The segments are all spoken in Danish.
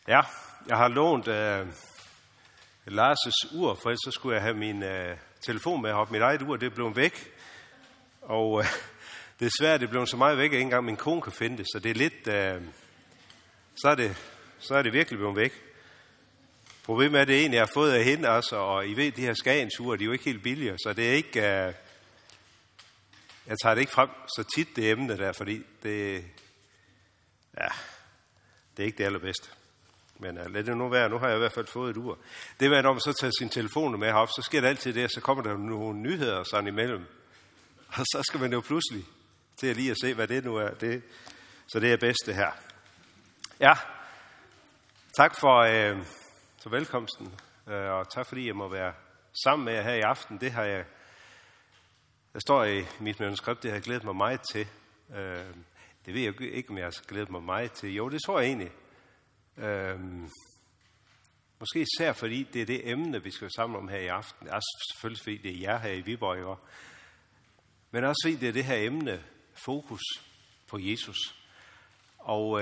Ja, jeg har lånt Lars' ur, for ellers så skulle jeg have min telefon med heroppe. Mit eget ur, det er blevet væk. Og desværre, det er blevet så meget væk, at ikke engang min kone kan finde det. Så det er lidt, så er det virkelig blevet væk. Problemet er, det egentlig, jeg har fået af hende også, og I ved, de her Skagens-ure, de er jo ikke helt billige, så det er ikke, jeg tager det ikke frem så tit, det emne der, fordi det er ikke det allerbedste. Men lad det nu være, nu har jeg i hvert fald fået et ur. Det er, når man så tager sin telefon med herop, så sker det altid det, så kommer der nogle nyheder sådan imellem. Og så skal man jo pludselig til at lige at se, hvad det nu er. Så det er bedst det her. Ja, tak for velkomsten, og tak fordi jeg må være sammen med jer her i aften. Det har der står i mit manuskript, det har jeg glædet mig meget til. Det ved jeg ikke, om jeg har glædet mig meget til. Jo, det tror jeg egentlig. Måske især fordi det er det emne, vi skal samle om her i aften. Det er selvfølgelig fordi det er jer her i Viborg, ikke? Men også fordi det er det her emne, fokus på Jesus. Og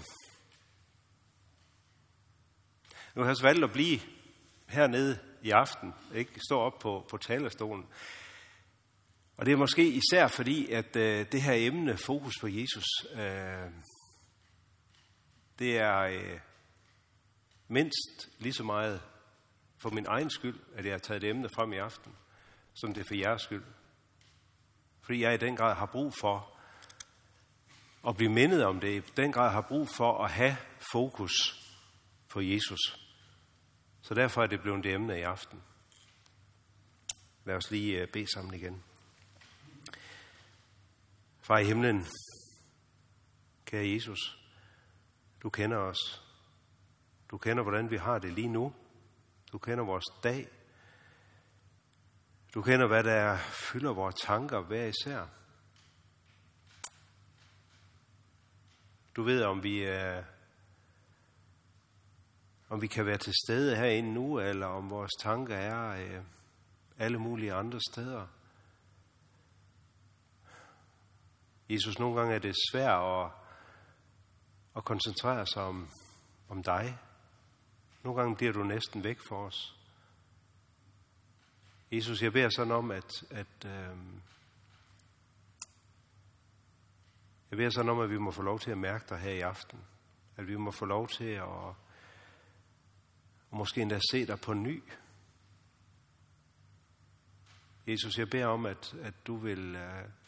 nu har jeg så valgt at blive hernede i aften, ikke stå op på talerstolen. Og det er måske især fordi, at det her emne, fokus på Jesus, det er mindst lige så meget for min egen skyld, at jeg har taget det emne frem i aften, som det er for jeres skyld. Fordi jeg i den grad har brug for at blive mindet om det, i den grad har brug for at have fokus på Jesus. Så derfor er det blevet det emne i aften. Lad os lige bede sammen igen. Far i himlen, kære Jesus, du kender os. Du kender, hvordan vi har det lige nu. Du kender vores dag. Du kender, hvad der fylder vores tanker hver især. Du ved, om vi kan være til stede herinde nu, eller om vores tanker er alle mulige andre steder. Jesus, nogle gange er det svært at koncentrere sig om dig. Nogle gange bliver du næsten væk for os. Jesus, jeg beder sådan om, at vi må få lov til at mærke dig her i aften. At vi må få lov til at måske endda se dig på ny. Jesus, jeg beder om, at du vil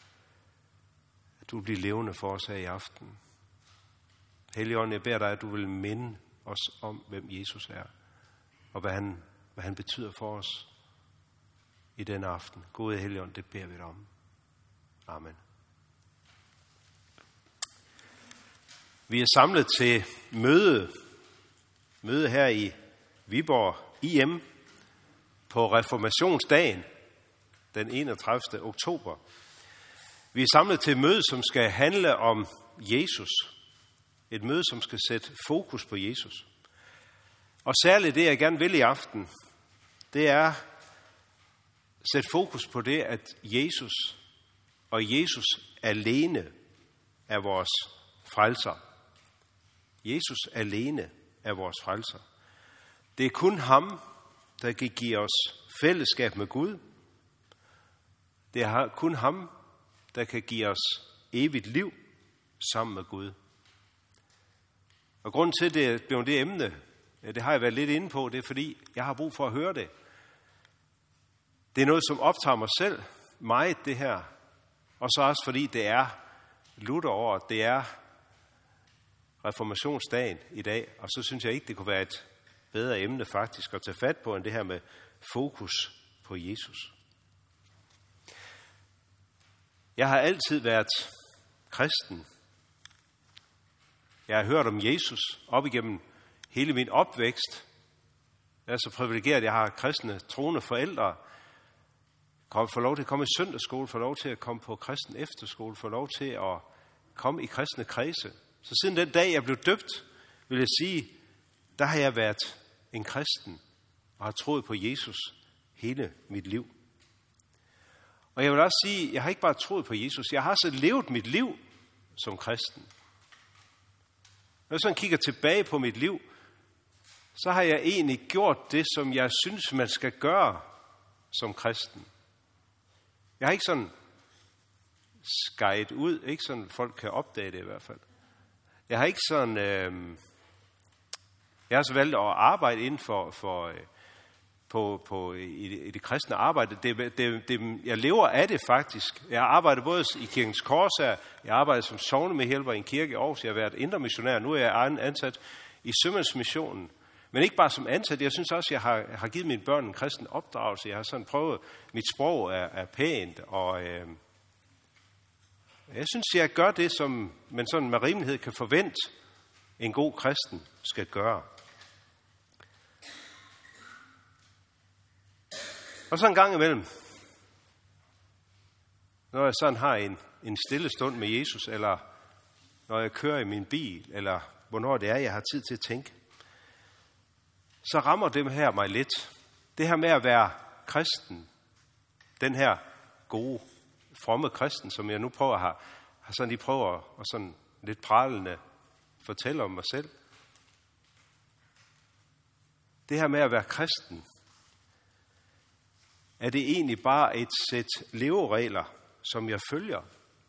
blive levende for os her i aften. Helligånd, jeg beder dig, at du vil minde os om, hvem Jesus er, og hvad han betyder for os i denne aften. Gode Helligånd, det beder vi dig om. Amen. Vi er samlet til møde her i Viborg IM på Reformationsdagen den 31. oktober. Vi er samlet til et møde, som skal handle om Jesus. Et møde, som skal sætte fokus på Jesus. Og særligt det, jeg gerne vil i aften, det er sætte fokus på det, at Jesus og Jesus alene er vores frelser. Jesus alene er vores frelser. Det er kun ham, der kan give os fællesskab med Gud. Det er kun ham, der kan give os evigt liv sammen med Gud. Og grunden til, at det blev det emne, det har jeg været lidt inde på, det er fordi, jeg har brug for at høre det. Det er noget, som optager mig selv meget, det her. Og så også fordi det er Lutheråret, det er reformationsdagen i dag. Og så synes jeg ikke, det kunne være et bedre emne faktisk at tage fat på, end det her med fokus på Jesus. Jeg har altid været kristen. Jeg har hørt om Jesus op igennem hele min opvækst. Jeg er så privilegeret, at jeg har kristne, troende forældre. Får lov til at komme i søndagsskole, får lov til at komme på kristen efterskole, får lov til at komme i kristne kredse. Så siden den dag, jeg blev døbt, vil jeg sige, der har jeg været en kristen og har troet på Jesus hele mit liv. Og jeg vil også sige, jeg har ikke bare troet på Jesus, jeg har så levet mit liv som kristen. Når jeg sådan kigger tilbage på mit liv, så har jeg egentlig gjort det, som jeg synes, man skal gøre som kristen. Jeg har ikke sådan skejet ud, ikke sådan folk kan opdage det i hvert fald. Jeg har ikke sådan, jeg har så valgt at arbejde inden i det kristne arbejde. Jeg lever af det faktisk. Jeg har arbejdet både i Kirkens Korshær, jeg har arbejdet som sognemedhjælper i en kirke i Aarhus, jeg har været indre missionær, nu er jeg ansat i Sømandsmissionen. Men ikke bare som ansat, jeg synes også, jeg har givet mine børn en kristen opdragelse. Jeg har sådan prøvet, mit sprog er pænt, og jeg synes, jeg gør det, som man sådan med rimelighed kan forvente, en god kristen skal gøre. Og så en gang imellem, når jeg sådan har en stille stund med Jesus, eller når jeg kører i min bil, eller hvornår det er, jeg har tid til at tænke, så rammer det her mig lidt. Det her med at være kristen, den her gode, fromme kristen, som jeg nu prøver har sådan lige prøver at sådan lidt pralende fortælle om mig selv. Det her med at være kristen, er det egentlig bare et sæt leveregler, som jeg følger?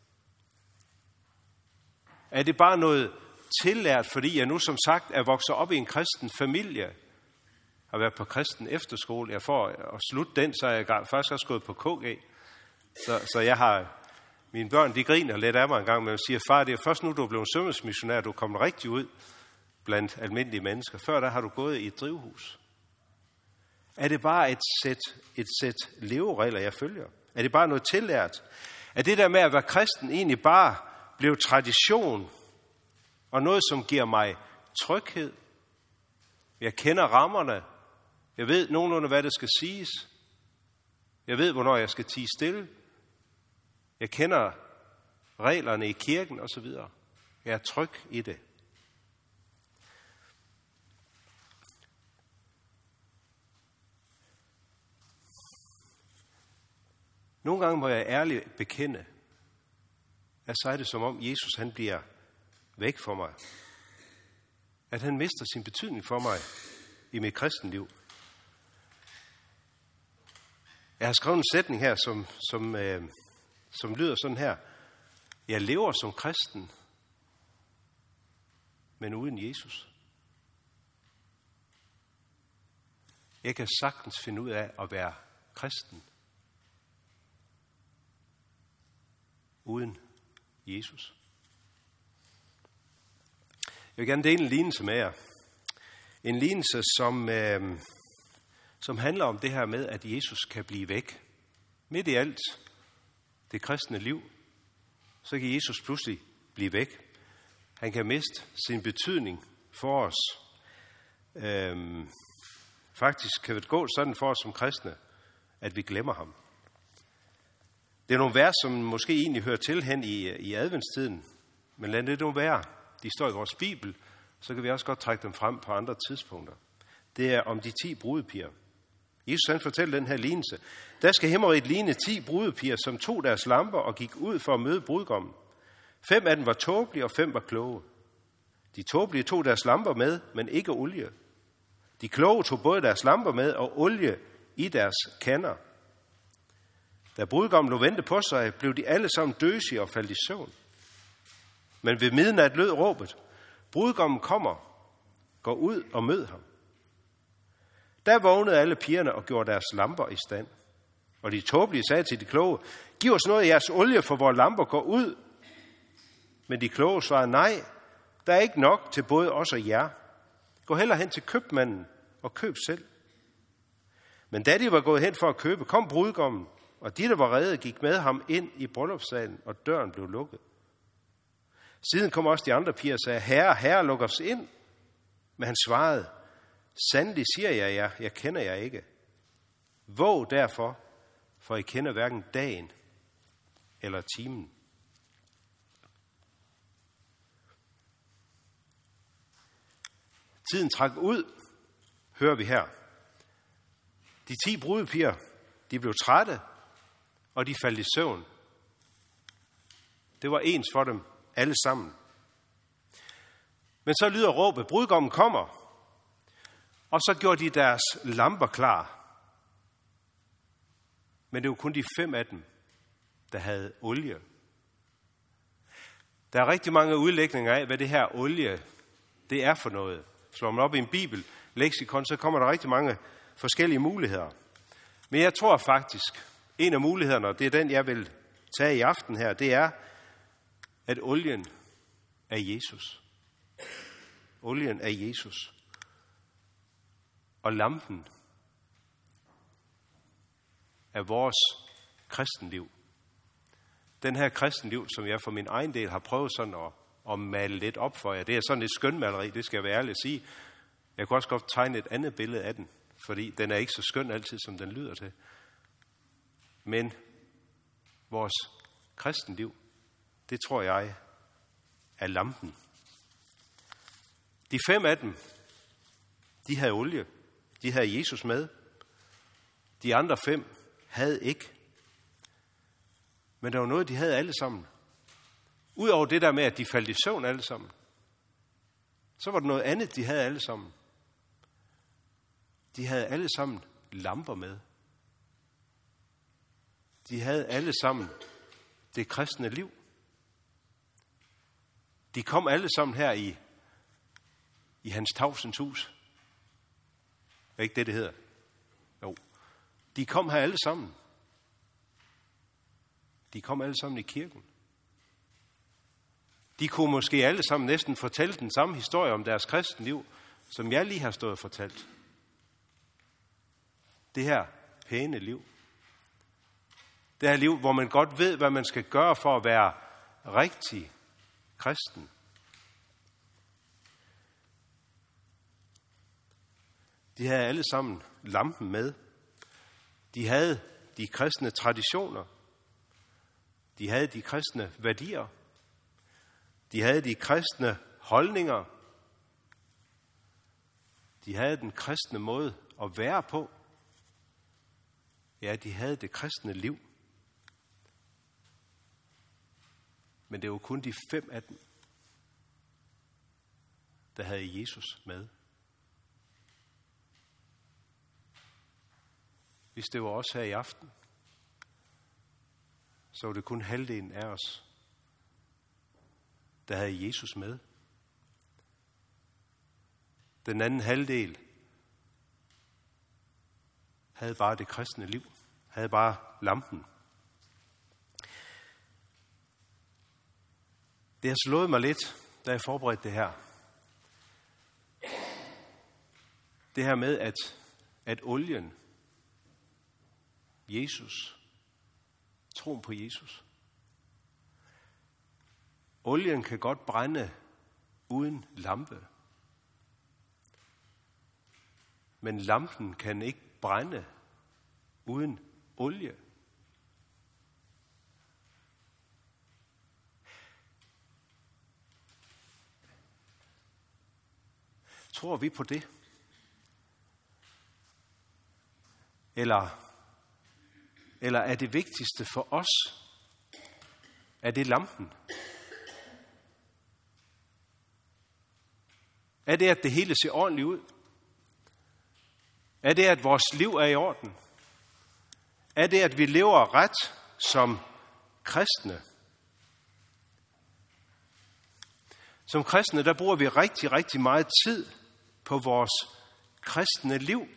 Er det bare noget tillært, fordi jeg nu som sagt er vokset op i en kristen familie, har været på kristen efterskole. Jeg får at slutte den, så er jeg faktisk også gået på KG. Så jeg har, mine børn, de griner lidt af mig en gang, men jeg siger, far, det er først nu, du er blevet sømandsmissionær, du er kommet rigtig ud blandt almindelige mennesker. Før der har du gået i et drivhus. Er det bare et sæt leveregler, jeg følger? Er det bare noget tillært? Er det der med at være kristen egentlig bare blevet tradition, og noget, som giver mig tryghed? Jeg kender rammerne. Jeg ved nogenlunde, hvad der skal siges. Jeg ved, hvornår jeg skal tie stille. Jeg kender reglerne i kirken osv. Jeg er tryg i det. Nogle gange må jeg ærligt bekende, at så er det som om Jesus han bliver væk fra mig. At han mister sin betydning for mig i mit kristenliv. Jeg har skrevet en sætning her, som lyder sådan her. Jeg lever som kristen, men uden Jesus. Jeg kan sagtens finde ud af at være kristen, uden Jesus. Jeg vil gerne dele en lignelse med jer. En lignelse, som handler om det her med, at Jesus kan blive væk. Midt i alt det kristne liv, så kan Jesus pludselig blive væk. Han kan miste sin betydning for os. Faktisk kan det gå sådan for os som kristne, at vi glemmer ham. Det er nogle vers, som måske egentlig hører til hen i adventstiden, men lad det nu være. De står i vores Bibel, så kan vi også godt trække dem frem på andre tidspunkter. Det er om de 10 brudepiger. Jesus han fortæller den her lignelse. Der skal himmeriget ligne 10 brudepiger, som tog deres lamper og gik ud for at møde brudgommen. 5 af dem var tåbelige, og 5 var kloge. De tåbelige tog deres lamper med, men ikke olie. De kloge tog både deres lamper med og olie i deres kander. Da brudgommen lå vente på sig, blev de alle sammen døsige og faldt i søvn. Men ved midnat lød råbet: brudgommen kommer, gå ud og mød ham. Der vågnede alle pigerne og gjorde deres lamper i stand. Og de tåbelige sagde til de kloge: giv os noget af jeres olie, for vores lamper går ud. Men de kloge svarede: nej, der er ikke nok til både os og jer. Gå hellere hen til købmanden og køb selv. Men da de var gået hen for at købe, kom brudgommen, og de, der var rede, gik med ham ind i bryllupssalen, og døren blev lukket. Siden kom også de andre piger og sagde: herre, herre, luk os ind. Men han svarede: sandelig siger jeg jer, jeg kender jer ikke. Våg derfor, for I kender hverken dagen eller timen. Tiden trak ud, hører vi her. De 10 brudepiger, de blev trætte, og de faldt i søvn. Det var ens for dem alle sammen. Men så lyder råbet: brudgommen kommer. Og så gjorde de deres lamper klar. Men det var kun de 5 af dem, der havde olie. Der er rigtig mange udlægninger af, hvad det her olie, det er for noget. Slår man op i en bibel, leksikon, så kommer der rigtig mange forskellige muligheder. Men jeg tror faktisk, en af mulighederne, og det er den, jeg vil tage i aften her, det er, at olien er Jesus. Olien er Jesus. Og lampen er vores kristenliv. Den her kristenliv, som jeg for min egen del har prøvet sådan at male lidt op for jer. Det er sådan et skønmaleri, det skal jeg være ærlig at sige. Jeg kunne også godt tegne et andet billede af den, fordi den er ikke så skøn altid, som den lyder til. Men vores kristenliv, det tror jeg er lampen. De 5 af dem, de havde olie. De havde Jesus med. De andre 5 havde ikke. Men der var noget, de havde alle sammen. Udover det der med, at de faldt i søvn alle sammen, så var der noget andet, de havde alle sammen. De havde alle sammen lamper med. De havde alle sammen det kristne liv. De kom alle sammen her i hans tavsens hus. Er ikke det hedder? Jo. De kom her alle sammen. De kom alle sammen i kirken. De kunne måske alle sammen næsten fortælle den samme historie om deres kristenliv, som jeg lige har stået og fortalt. Det her pæne liv. Det her liv, hvor man godt ved, hvad man skal gøre for at være rigtig kristen. De havde alle sammen lampen med. De havde de kristne traditioner. De havde de kristne værdier. De havde de kristne holdninger. De havde den kristne måde at være på. Ja, de havde det kristne liv. Men det var kun de 5 af dem, der havde Jesus med. Hvis det var os her i aften, så var det kun halvdelen af os, der havde Jesus med. Den anden halvdel havde bare det kristne liv, havde bare lampen. Det har slået mig lidt, da jeg forberedte det her. Det her med, at olien, Jesus, troen på Jesus. Olien kan godt brænde uden lampe. Men lampen kan ikke brænde uden olie. Tror vi på det? Eller er det vigtigste for os, er det lampen? Er det, at det hele ser ordentligt ud? Er det, at vores liv er i orden? Er det, at vi lever ret som kristne? Som kristne, der bruger vi rigtig, rigtig meget tid på vores kristne liv.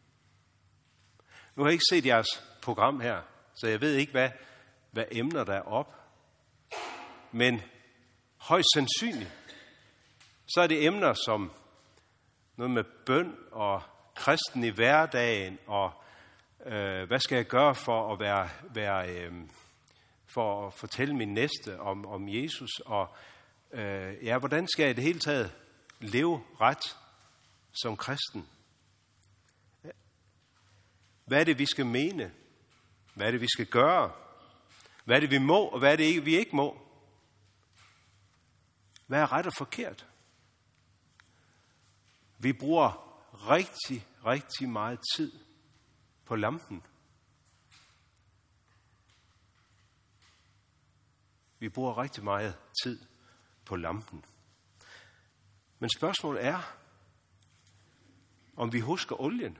Nu har jeg ikke set jeres program her, så jeg ved ikke, hvad emner der er op. Men højst sandsynligt, så er det emner som noget med bøn og kristen i hverdagen, og hvad skal jeg gøre for at for at fortælle min næste om Jesus, og hvordan skal jeg i det hele taget leve ret som kristen? Hvad er det, vi skal mene? Hvad er det, vi skal gøre? Hvad er det, vi må, og hvad er det, vi ikke må? Hvad er ret og forkert? Vi bruger rigtig, rigtig meget tid på lampen. Vi bruger rigtig meget tid på lampen. Men spørgsmålet er, om vi husker olien?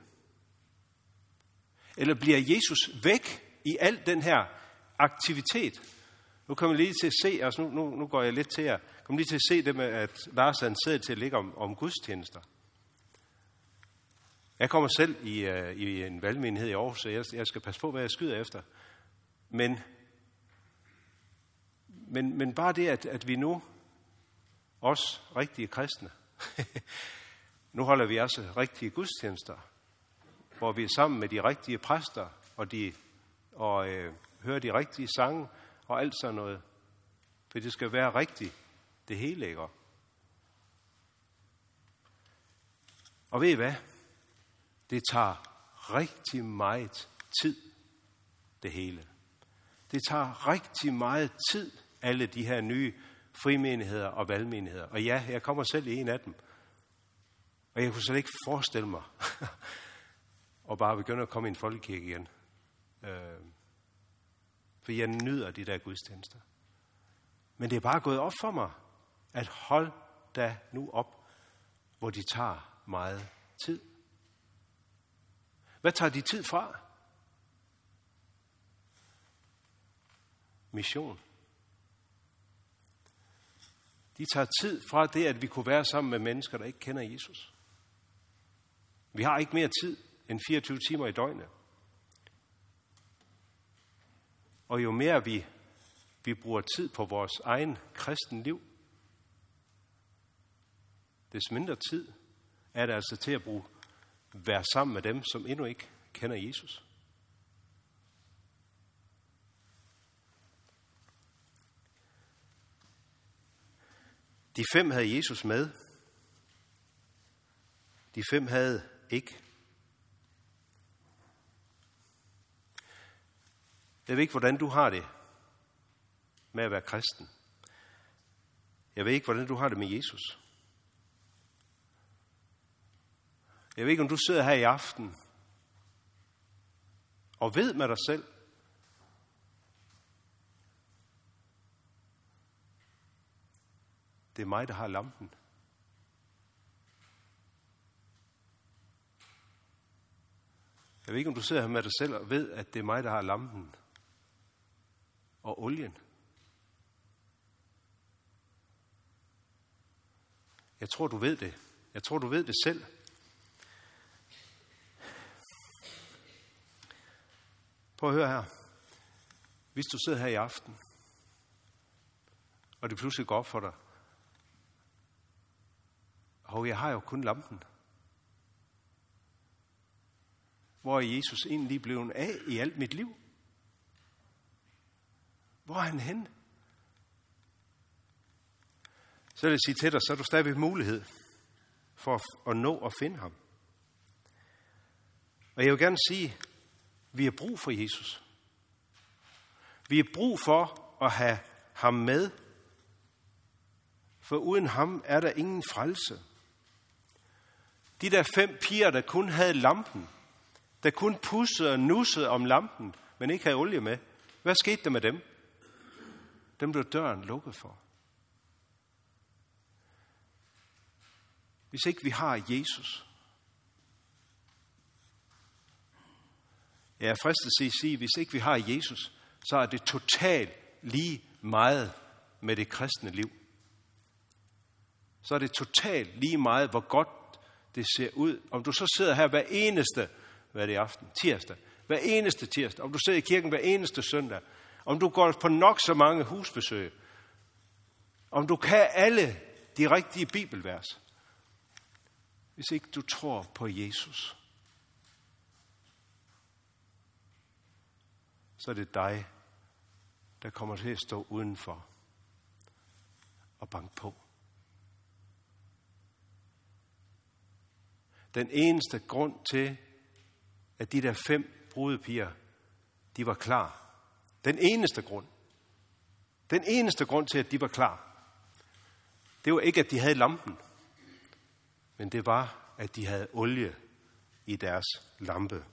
Eller bliver Jesus væk i al den her aktivitet? Nu kommer jeg lige til at se, altså nu går jeg lidt til at komme lige til at se det med, at Lars er ansat til at ligge om gudstjenester. Jeg kommer selv i en valgmenighed i Aarhus, så jeg skal passe på, hvad jeg skyder efter. Men bare det, at vi nu, os rigtige kristne, nu holder vi også rigtige gudstjenester, hvor vi er sammen med de rigtige præster, og hører de rigtige sange, og alt sådan noget. For det skal være rigtigt, det hele, ikke? Og ved I hvad? Det tager rigtig meget tid, det hele. Det tager rigtig meget tid, alle de her nye frimenigheder og valgmenigheder. Og ja, jeg kommer selv i en af dem. Og jeg kunne slet ikke forestille mig at bare begynde at komme i en folkekirke igen. For jeg nyder de der gudstjenester. Men det er bare gået op for mig, at hold da nu op, hvor de tager meget tid. Hvad tager de tid fra? Mission. De tager tid fra det, at vi kunne være sammen med mennesker, der ikke kender Jesus. Vi har ikke mere tid end 24 timer i døgnet. Og jo mere vi bruger tid på vores egen kristen liv, des mindre tid er det altså til at være sammen med dem, som endnu ikke kender Jesus. De 5 havde Jesus med. De 5 havde ikke. Jeg ved ikke, hvordan du har det med at være kristen. Jeg ved ikke, hvordan du har det med Jesus. Jeg ved ikke, om du sidder her i aften og ved med dig selv, det er mig, der har lampen. Jeg ved ikke, om du sidder her med dig selv og ved, at det er mig, der har lampen og olien. Jeg tror, du ved det. Jeg tror, du ved det selv. Prøv at høre her. Hvis du sidder her i aften, og det pludselig går op for dig, og jeg har jo kun lampen. Hvor er Jesus egentlig blevet af i alt mit liv? Hvor er han henne? Så vil jeg sige til dig, så er du stadigvæk mulighed for at nå at finde ham. Og jeg vil gerne sige, vi har brug for Jesus. Vi har brug for at have ham med. For uden ham er der ingen frelse. De der 5 piger, der kun havde lampen, der kun pudsede og nussede om lampen, men ikke havde olie med. Hvad skete der med dem? Dem blev døren lukket for. Hvis ikke vi har Jesus, jeg er fristet til at sige, hvis ikke vi har Jesus, så er det totalt lige meget med det kristne liv. Så er det totalt lige meget, hvor godt det ser ud. Om du så sidder her hver eneste, hvad er det i aften? Tirsdag. Hver eneste tirsdag. Om du sidder i kirken hver eneste søndag. Om du går på nok så mange husbesøg. Om du kan alle de rigtige bibelvers. Hvis ikke du tror på Jesus, så er det dig, der kommer til at stå udenfor og banke på. Den eneste grund til, at de der 5 brudepiger, de var klar. Den eneste grund til, at de var klar, det var ikke, at de havde lampen, men det var, at de havde olie i deres lampe.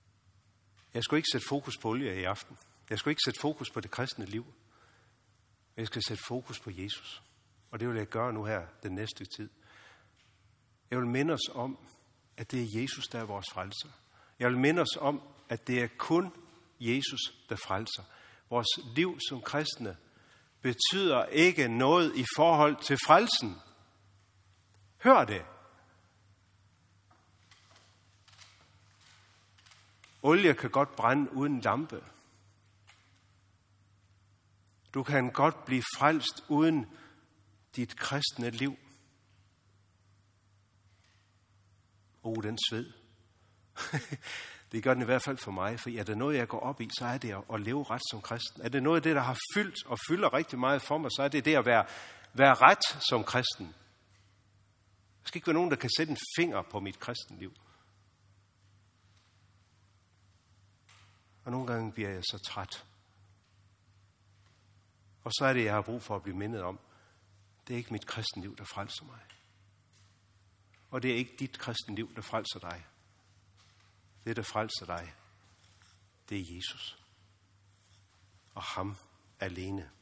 Jeg skulle ikke sætte fokus på olie i aften. Jeg skulle ikke sætte fokus på det kristne liv. Jeg skal sætte fokus på Jesus. Og det vil jeg gøre nu her den næste tid. Jeg vil minde os om, at det er Jesus, der er vores frelser. Jeg vil minde os om, at det er kun Jesus, der frelser. Vores liv som kristne betyder ikke noget i forhold til frelsen. Hør det. Olie kan godt brænde uden lampe. Du kan godt blive frelst uden dit kristne liv. Den sved. Det gør den i hvert fald for mig, for er det noget, jeg går op i, så er det at leve ret som kristen. Er det noget af det, der har fyldt og fylder rigtig meget for mig, så er det det at være ret som kristen. Der skal ikke være nogen, der kan sætte en finger på mit kristenliv. Og nogle gange bliver jeg så træt. Og så er det, jeg har brug for at blive mindet om, det er ikke mit kristenliv, der frelser mig. Og det er ikke dit kristenliv, der frelser dig. Det, der frelser dig, det er Jesus. Og ham alene.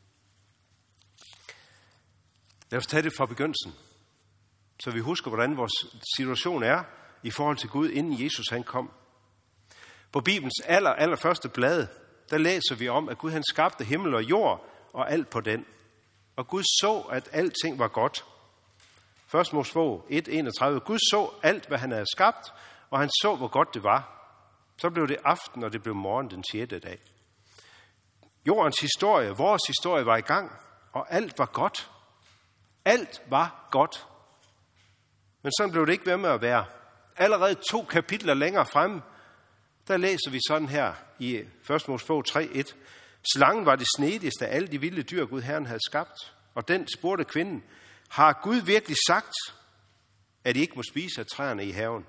Lad os tage det fra begyndelsen, så vi husker, hvordan vores situation er i forhold til Gud, inden Jesus han kom. På Bibelens allerførste blad, der læser vi om, at Gud han skabte himmel og jord og alt på den. Og Gud så, at alting var godt. 1. Mosebog 1:31. Gud så alt, hvad han havde skabt, og han så, hvor godt det var. Så blev det aften, og det blev morgen den 6. dag. Jordens historie, vores historie var i gang, og alt var godt. Alt var godt. Men sådan blev det ikke ved med at være. Allerede 2 kapitler længere fremme, der læser vi sådan her i 1. Mosebog 3:1. Slangen var det snedigste af alle de vilde dyr, Gud Herren havde skabt. Og den spurgte kvinden, har Gud virkelig sagt, at I ikke må spise af træerne i haven?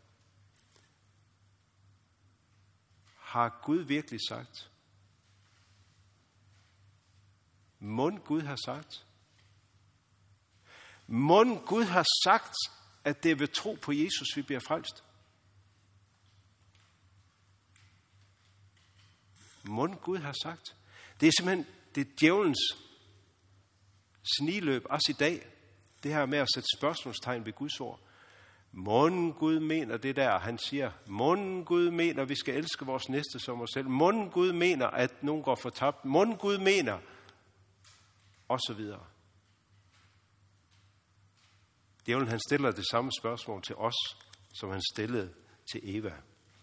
Har Gud virkelig sagt? Mon Gud har sagt? Mon Gud har sagt, at det er ved tro på Jesus, vi bliver frelst? Mon Gud har sagt? Det er simpelthen det djævelens sniløb, også i dag. Det her med at sætte spørgsmålstegn ved Guds ord. Mon Gud mener det der, han siger. Mon Gud mener, at vi skal elske vores næste som os selv. Mon Gud mener, at nogen går fortabt. Mon Gud mener, og så videre. Djævlen han stiller det samme spørgsmål til os, som han stillede til Eva.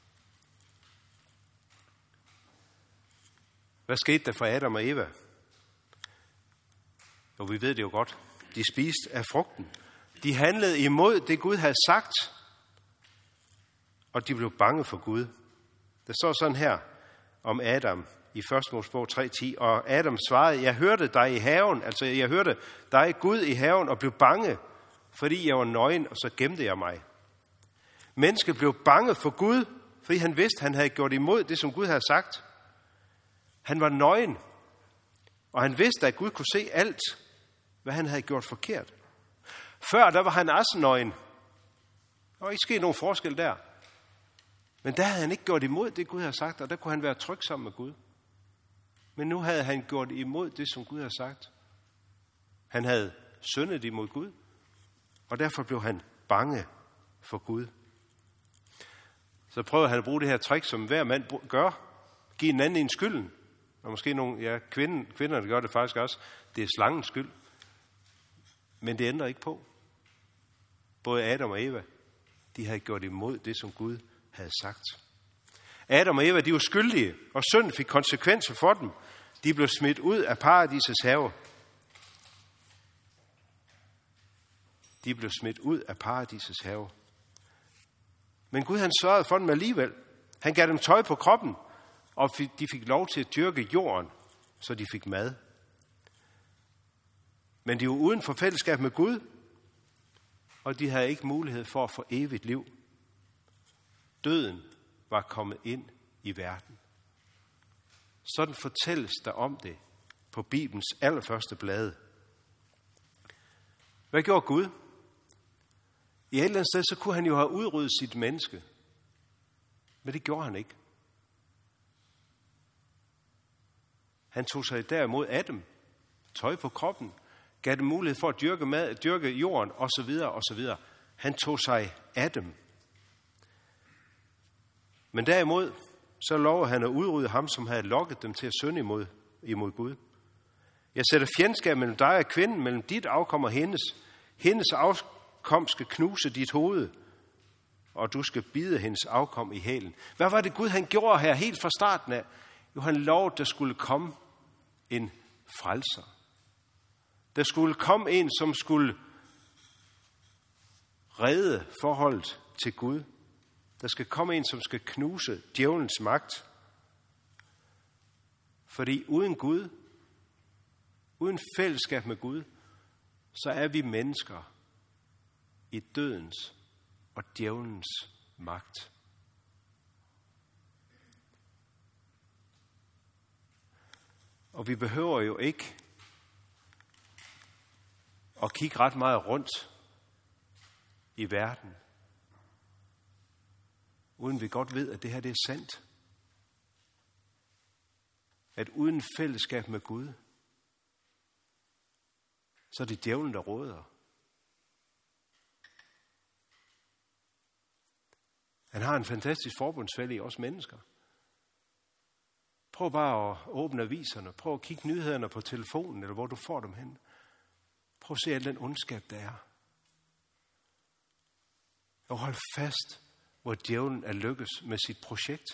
Hvad skete der for Adam og Eva? Jo, vi ved det jo godt. De spiste af frugten. De handlede imod det, Gud havde sagt, og de blev bange for Gud. Der står sådan her om Adam i 1. Mosebog 3:10, og Adam svarede, jeg hørte dig i haven, altså jeg hørte dig, Gud, i haven, og blev bange, fordi jeg var nøgen, og så gemte jeg mig. Mennesket blev bange for Gud, fordi han vidste, han havde gjort imod det, som Gud havde sagt. Han var nøgen, og han vidste, at Gud kunne se alt, hvad han havde gjort forkert. Før, der var han også nøgen. Der var ikke sket nogen forskel der. Men der havde han ikke gjort imod det, Gud havde sagt, og der kunne han være tryg sammen med Gud. Men nu havde han gjort imod det, som Gud havde sagt. Han havde syndet imod Gud, og derfor blev han bange for Gud. Så prøvede han at bruge det her trick, som hver mand gør. Giv en anden en skylden. Og måske nogle, kvinderne gør det faktisk også. Det er slangens skyld. Men det ændrer ikke på. Både Adam og Eva, de havde gjort imod det, som Gud havde sagt. Adam og Eva, de var skyldige, og synden fik konsekvenser for dem. De blev smidt ud af paradisets have. De blev smidt ud af paradisets have. Men Gud han sørgede for dem alligevel. Han gav dem tøj på kroppen, og de fik lov til at dyrke jorden, så de fik mad. Men de var uden for fællesskab med Gud, og de havde ikke mulighed for at få evigt liv. Døden var kommet ind i verden. Sådan fortælles der om det på Bibelens allerførste blade. Hvad gjorde Gud? I et eller andet sted, så kunne han jo have udryddet sit menneske. Men det gjorde han ikke. Han tog sig derimod af dem. tøj på kroppen, gav dem mulighed for at dyrke jorden osv. osv. Han tog sig af dem. Men derimod, så lover han at udrydde ham, som havde lokket dem til at synde imod Gud. Jeg sætter fjendskab mellem dig og kvinden, mellem dit afkom og hendes. Hendes afkom skal knuse dit hoved, og du skal bide hendes afkom i hælen. Hvad var det Gud, han gjorde her helt fra starten af? Jo, han lovede, der skulle komme en frelser. Der skulle komme en, som skulle redde forholdet til Gud. Der skal komme en, som skal knuse djævelens magt. Fordi uden Gud, uden fællesskab med Gud, så er vi mennesker i dødens og djævelens magt. Og vi behøver jo ikke at kigge ret meget rundt i verden, uden vi godt ved, at det her det er sandt. At uden fællesskab med Gud, så er det djævlen, der råder. Han har en fantastisk forbundsfælle i os mennesker. Prøv bare at åbne aviserne. Prøv at kigge nyhederne på telefonen, eller hvor du får dem hen. Prøv at se al den ondskab, der er. Og hold fast, hvor djævlen er lykkes med sit projekt.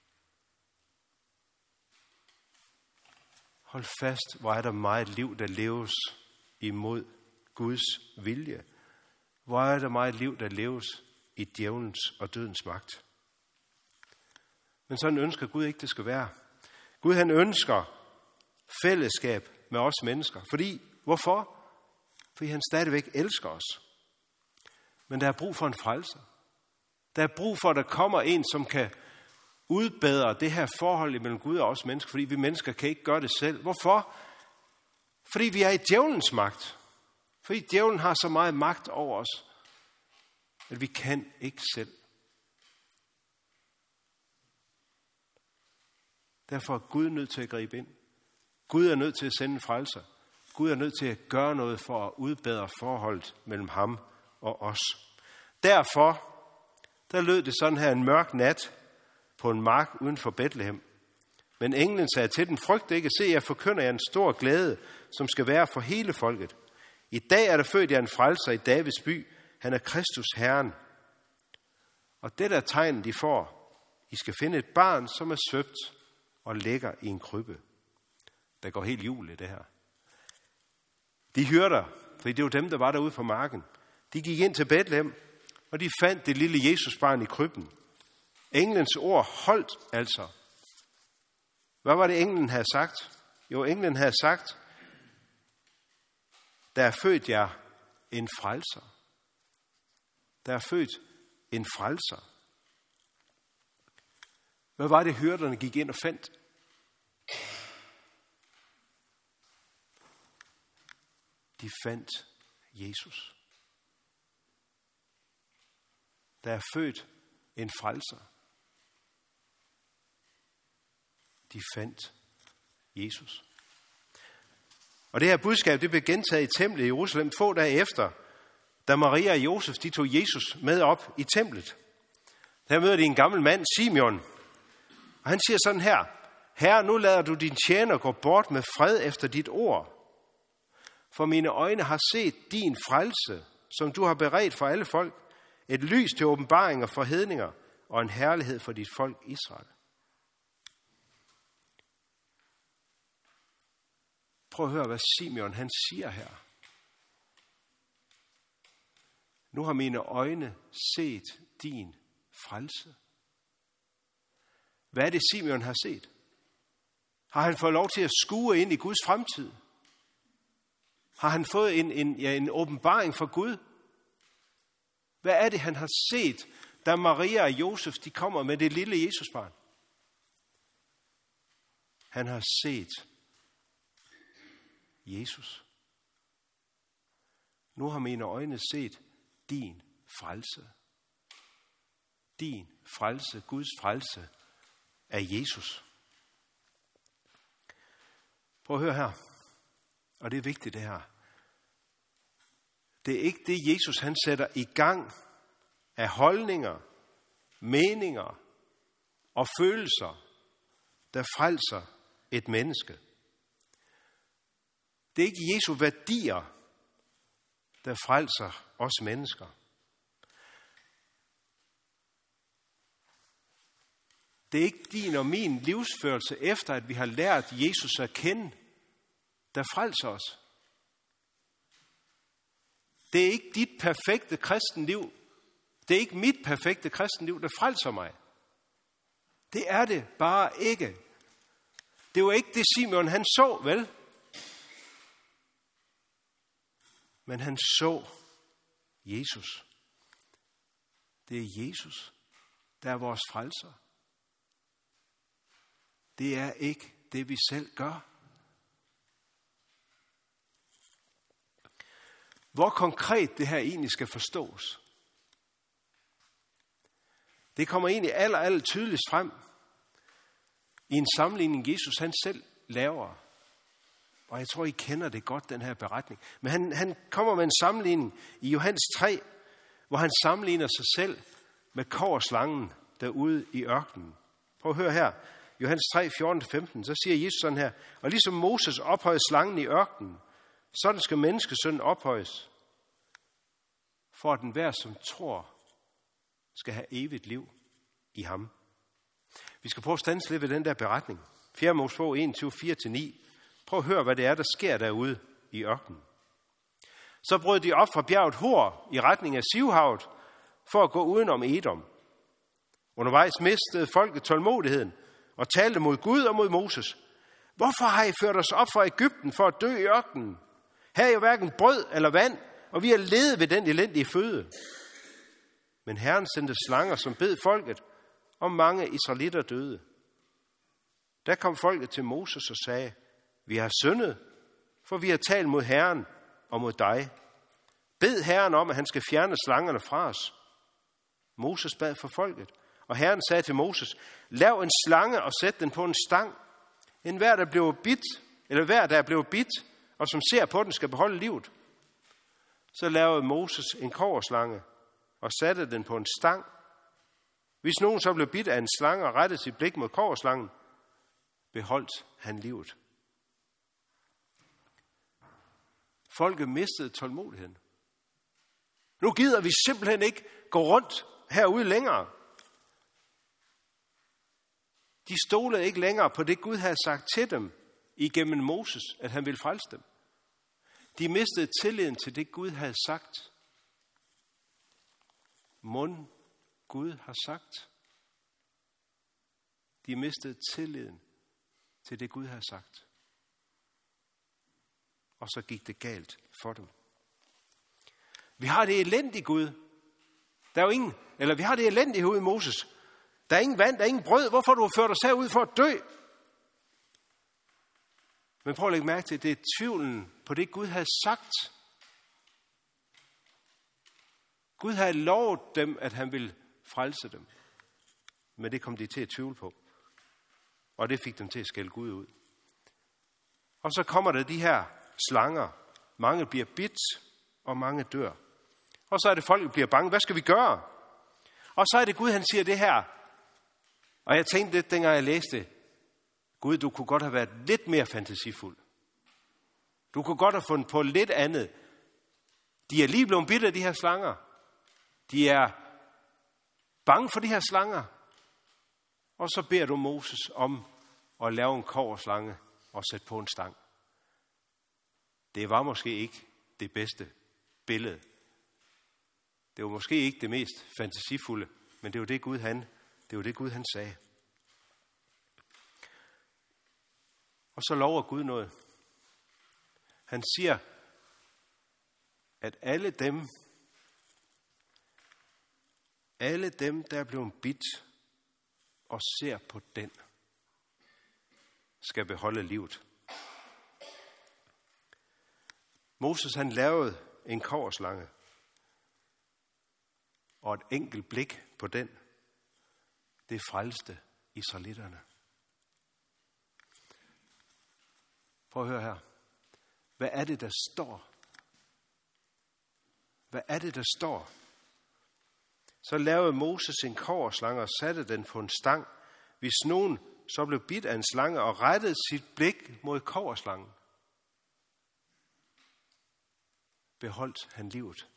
Hold fast, hvor er der meget liv, der leves imod Guds vilje. Hvor er der meget liv, der leves i djævelens og dødens magt. Men sådan ønsker Gud ikke, det skal være. Gud, han ønsker fællesskab med os mennesker. Hvorfor? Fordi han stadigvæk elsker os. Men der er brug for en frelser. Der er brug for, at der kommer en, som kan udbedre det her forhold mellem Gud og os mennesker, fordi vi mennesker kan ikke gøre det selv. Hvorfor? Fordi vi er i djævelens magt. Fordi djævlen har så meget magt over os, at vi kan ikke selv. Derfor er Gud nødt til at gribe ind. Gud er nødt til at sende en frelser. Gud er nødt til at gøre noget for at udbedre forholdet mellem ham og os. Derfor, der lød det sådan her en mørk nat på en mark uden for Betlehem. Men englen sagde til den, frygt ikke, se, jeg forkynder jer en stor glæde, som skal være for hele folket. I dag er der født jer en frelser i Davids by. Han er Kristus Herren. Og det der tegn, de får, I skal finde et barn, som er svøbt og ligger i en krybbe. Der går helt jul i det her. De hyrder, fordi det var dem, der var derude på marken. De gik ind til Betlehem, og de fandt det lille Jesusbarn i krybben. Englens ord holdt altså. Hvad var det, englen havde sagt? Jo, englen havde sagt, der er født jer en frelser. Der er født en frelser. Hvad var det, hyrderne gik ind og fandt? De fandt Jesus. Der er født en frelser. De fandt Jesus. Og det her budskab, det blev gentaget i templet i Jerusalem få dage efter, da Maria og Josef, de tog Jesus med op i templet. Der møder de en gammel mand, Simeon, og han siger sådan her, Herre, nu lader du din tjener gå bort med fred efter dit ord. For mine øjne har set din frelse, som du har beredt for alle folk, et lys til åbenbaringer for hedninger og en herlighed for dit folk Israel. Prøv at høre, hvad Simeon han siger her. Nu har mine øjne set din frelse. Hvad er det, Simeon har set? Har han fået lov til at skue ind i Guds fremtid? Har han fået en åbenbaring fra Gud? Hvad er det, han har set, da Maria og Josef de kommer med det lille Jesusbarn? Han har set Jesus. Nu har mine øjne set din frelse. Din frelse, Guds frelse, er Jesus. Prøv at høre her. Og det er vigtigt det her. Det er ikke det, Jesus han sætter i gang af holdninger, meninger og følelser, der frelser et menneske. Det er ikke Jesu værdier, der frelser os mennesker. Det er ikke din og min livsførelse efter, at vi har lært Jesus at kende, der frelser os. Det er ikke dit perfekte kristenliv. Det er ikke mit perfekte kristenliv, der frelser mig. Det er det bare ikke. Det var ikke det, Simeon han så, vel? Men han så Jesus. Det er Jesus, der er vores frelser. Det er ikke det, vi selv gør. Hvor konkret det her egentlig skal forstås, det kommer egentlig aller tydeligst frem i en sammenligning, Jesus han selv laver. Og jeg tror, I kender det godt, den her beretning. Men han kommer med en sammenligning i Johannes 3, hvor han sammenligner sig selv med kobberslangen derude i ørkenen. Prøv at høre her. Johannes 3, 14-15, så siger Jesus sådan her: og ligesom Moses ophøjede slangen i ørkenen, sådan skal menneskesønnen ophøjes, for at enhver, som tror, skal have evigt liv i ham. Vi skal prøve at standse lidt ved den der beretning. 4. Mosebog 21, 4-9. Prøv at høre, hvad det er, der sker derude i ørkenen. Så brød de op fra bjerget Hor i retning af Sivhavet for at gå udenom Edom. Undervejs mistede folket tålmodigheden og talte mod Gud og mod Moses. Hvorfor har I ført os op fra Egypten for at dø i ørkenen? Her er jo hverken brød eller vand, og vi er ledet ved den elendige føde. Men Herren sendte slanger, som bed folket, og mange israelitter døde. Der kom folket til Moses og sagde: vi har syndet, for vi har talt mod Herren og mod dig. Bed Herren om, at han skal fjerne slangerne fra os. Moses bad for folket, og Herren sagde til Moses: lav en slange og sæt den på en stang. Hver, der er blevet bidt, og som ser på den, skal beholde livet. Så lavede Moses en kobberslange og satte den på en stang. Hvis nogen så blev bidt af en slange og rettede sit blik mod kobberslangen, beholdt han livet. Folket mistede tålmodigheden. Nu gider vi simpelthen ikke gå rundt herude længere. De stolede ikke længere på det, Gud havde sagt til dem igennem Moses, at han ville frelse dem. De mistede tilliden til det, Gud havde sagt. Mon Gud har sagt. De mistede tilliden til det, Gud havde sagt. Og så gik det galt for dem. Vi har det elendige Gud. Der er jo ingen, eller vi har det elendige herude i Moses. Der er ingen vand, der er ingen brød. Hvorfor har du ført os herud for at dø? Men prøv at lægge mærke til, at det er tvivlen på det, Gud havde sagt. Gud havde lovet dem, at han ville frelse dem. Men det kom de til at tvivle på. Og det fik dem til at skælde Gud ud. Og så kommer der de her slanger. Mange bliver bidt, og mange dør. Og så er det folk, der bliver bange. Hvad skal vi gøre? Og så er det Gud, han siger det her. Og jeg tænkte lidt, dengang jeg læste, Gud, du kunne godt have været lidt mere fantasifuld. Du kunne godt have fundet på lidt andet. De er lige blevet bidt af de her slanger. De er bange for de her slanger. Og så beder du Moses om at lave en kobberslange og sætte på en stang. Det var måske ikke det bedste billede. Det var måske ikke det mest fantasifulde, men det var det Gud han sagde. Og så lover Gud noget. Han siger, at alle dem, der er blevet bidt og ser på den, skal beholde livet. Moses han lavede en kobberslange, og et enkelt blik på den, det frelste israelitterne. Prøv at høre her. Hvad er det, der står? Hvad er det, der står? Så lavede Moses en kobberslange og satte den på en stang. Hvis nogen så blev bidt af en slange og rettede sit blik mod kobberslangen, beholdt han livet.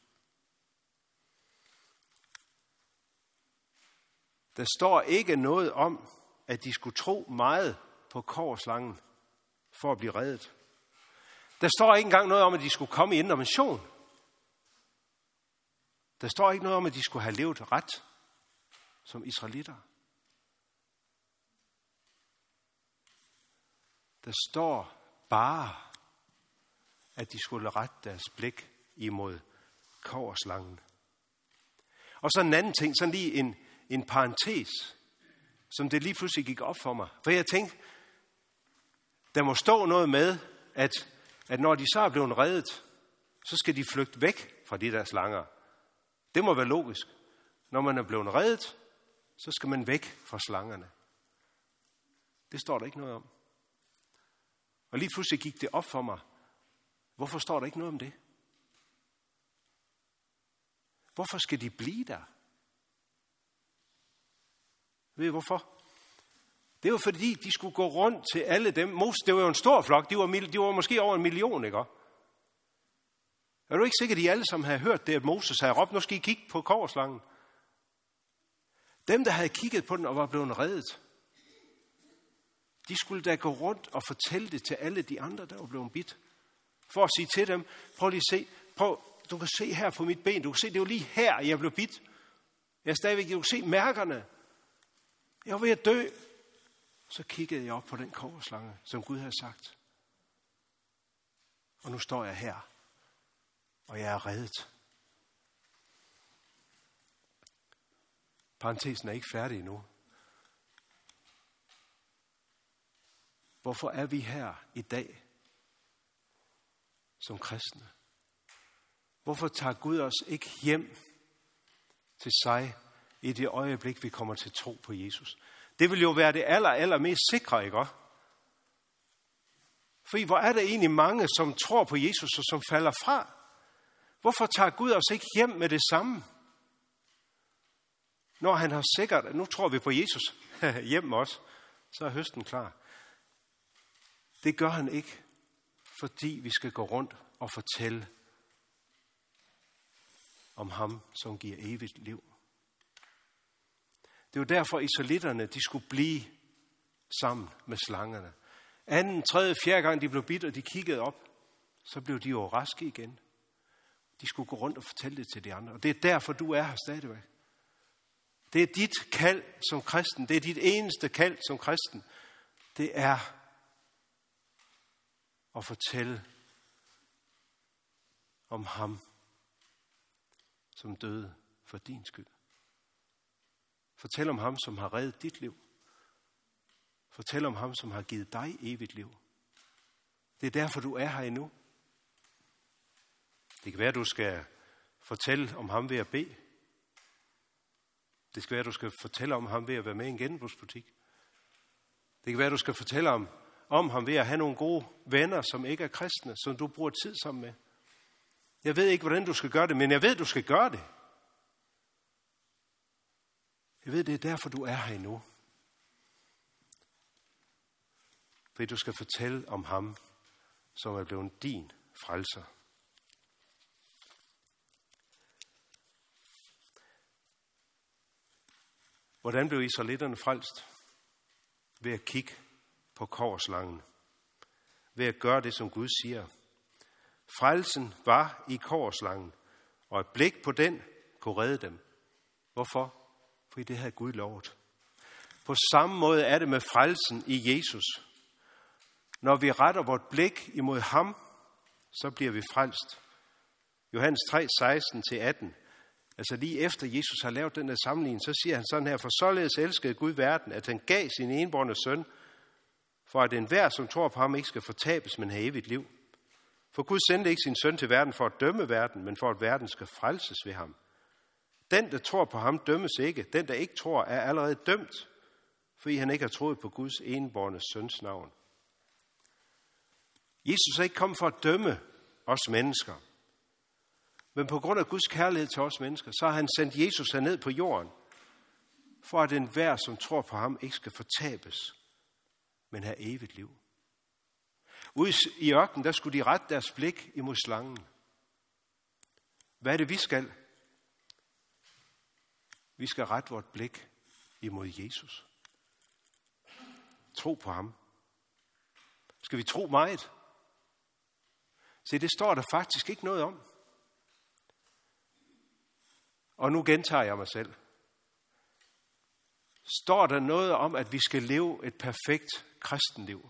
Der står ikke noget om, at de skulle tro meget på kobberslangen for at blive reddet. Der står ikke engang noget om, at de skulle komme i indre mission. Der står ikke noget om, at de skulle have levet ret som israelitter. Der står bare, at de skulle rette deres blik imod kobberslangen. Og så en anden ting, sådan lige en parentes, som det lige pludselig gik op for mig. For jeg tænkte, der må stå noget med, at når de så er blevet reddet, så skal de flygte væk fra de der slanger. Det må være logisk. Når man er blevet reddet, så skal man væk fra slangerne. Det står der ikke noget om. Og lige pludselig gik det op for mig. Hvorfor står der ikke noget om det? Hvorfor skal de blive der? Ved I hvorfor? Det var fordi, de skulle gå rundt til alle dem. Moses, det var jo en stor flok. De var måske over 1 million, ikke? Er du ikke sikker, at de alle sammen havde hørt det, at Moses havde råbt, nu skal I kigge på kobberslangen? Dem, der havde kigget på den og var blevet reddet, de skulle da gå rundt og fortælle det til alle de andre, der var blevet bidt. For at sige til dem, prøv lige at se, du kan se her på mit ben, du kan se, det var lige her, jeg blev bidt. Jeg er stadigvæk, du kan se mærkerne. Jeg var ved at dø. Så kiggede jeg op på den kobberslange, som Gud havde sagt. Og nu står jeg her, og jeg er reddet. Parentesen er ikke færdig endnu. Hvorfor er vi her i dag som kristne? Hvorfor tager Gud os ikke hjem til sig i det øjeblik, vi kommer til tro på Jesus? Det vil jo være det allermest sikre, ikke? For hvor er der egentlig mange, som tror på Jesus og som falder fra? Hvorfor tager Gud os ikke hjem med det samme? Når han har sikkert, at nu tror vi på Jesus hjem også, så er høsten klar. Det gør han ikke, fordi vi skal gå rundt og fortælle om ham, som giver evigt liv. Det er jo derfor, israelitterne, de skulle blive sammen med slangerne. Anden, tredje, fjerde gang de blev bidt, og de kiggede op, så blev de jo raske igen. De skulle gå rundt og fortælle det til de andre. Og det er derfor, du er her stadigvæk. Det er dit kald som kristen. Det er dit eneste kald som kristen. Det er at fortælle om ham, som døde for din skyld. Fortæl om ham, som har reddet dit liv. Fortæl om ham, som har givet dig evigt liv. Det er derfor, du er her endnu. Det kan være, at du skal fortælle om ham ved at bede. Det skal være, at du skal fortælle om ham ved at være med i en genbrugsbutik. Det kan være, at du skal fortælle om ham ved at have nogle gode venner, som ikke er kristne, som du bruger tid sammen med. Jeg ved ikke, hvordan du skal gøre det, men jeg ved, du skal gøre det. Jeg ved, det er derfor, du er her endnu. Fordi du skal fortælle om ham, som er blevet din frelser. Hvordan blev israelitterne frelst? Ved at kigge på kobberslangen. Ved at gøre det, som Gud siger. Frelsen var i kobberslangen, og et blik på den kunne redde dem. Hvorfor? Fordi det havde Gud lovet. På samme måde er det med frelsen i Jesus. Når vi retter vort blik imod ham, så bliver vi frelst. Johannes 3, 16-18. Altså lige efter Jesus har lavet den der sammenligning, så siger han sådan her: for således elskede Gud verden, at han gav sin enbårne søn, for at enhver, som tror på ham, ikke skal fortabes, men have evigt liv. For Gud sendte ikke sin søn til verden for at dømme verden, men for at verden skal frelses ved ham. Den, der tror på ham, dømmes ikke. Den, der ikke tror, er allerede dømt, fordi han ikke har troet på Guds enbårne søns navn. Jesus er ikke kommet for at dømme os mennesker. Men på grund af Guds kærlighed til os mennesker, så har han sendt Jesus herned på jorden, for at enhver, som tror på ham, ikke skal fortabes, men have evigt liv. Ude i ørkenen, der skulle de rette deres blik imod slangen. Hvad er det, vi skal? Vi skal rette vort blik imod Jesus. Tro på ham. Skal vi tro meget? Se, det står der faktisk ikke noget om. Og nu gentager jeg mig selv. Står der noget om, at vi skal leve et perfekt kristenliv?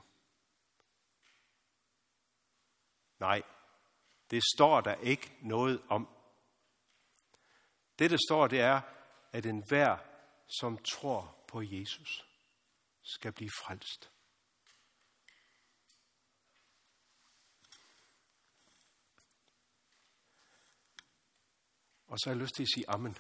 Nej, det står der ikke noget om. Det, der står, det er, at enhver, som tror på Jesus, skal blive frelst. Og så har jeg lyst til at sige amen.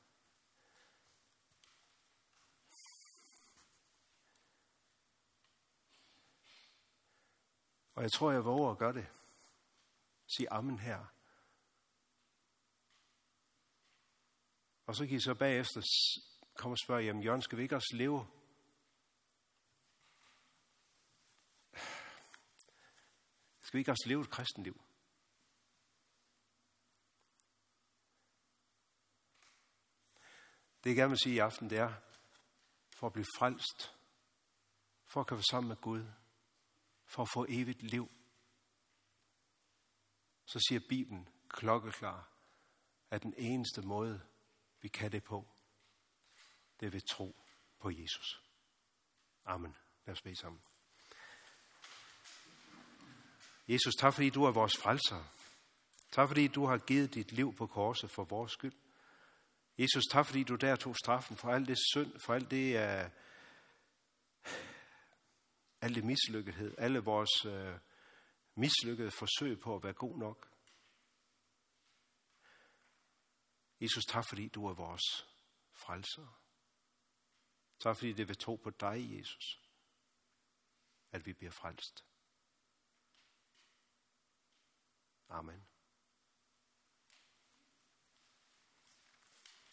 Og jeg tror, jeg våger at gøre det. Sig amen her. Og så kan I så bagefter komme og spørge, jamen Jørgen, skal vi ikke også leve? Skal vi ikke også leve et kristenliv? Det jeg gerne vil sige i aften, det er, for at blive frelst, for at kunne være sammen med Gud, for at få evigt liv. Så siger Bibelen klokkeklar, at den eneste måde, vi kan det på, det er ved tro på Jesus. Amen. Lad os bede sammen. Jesus, tak fordi du er vores frelser. Tak fordi du har givet dit liv på korset for vores skyld. Jesus, tak fordi du der tog straffen for alt det synd, for alt det mislykkethed, alle vores mislykkede forsøg på at være god nok. Jesus, tak fordi du er vores frelser. Tak fordi det vil tro på dig, Jesus, at vi bliver frelst. Amen.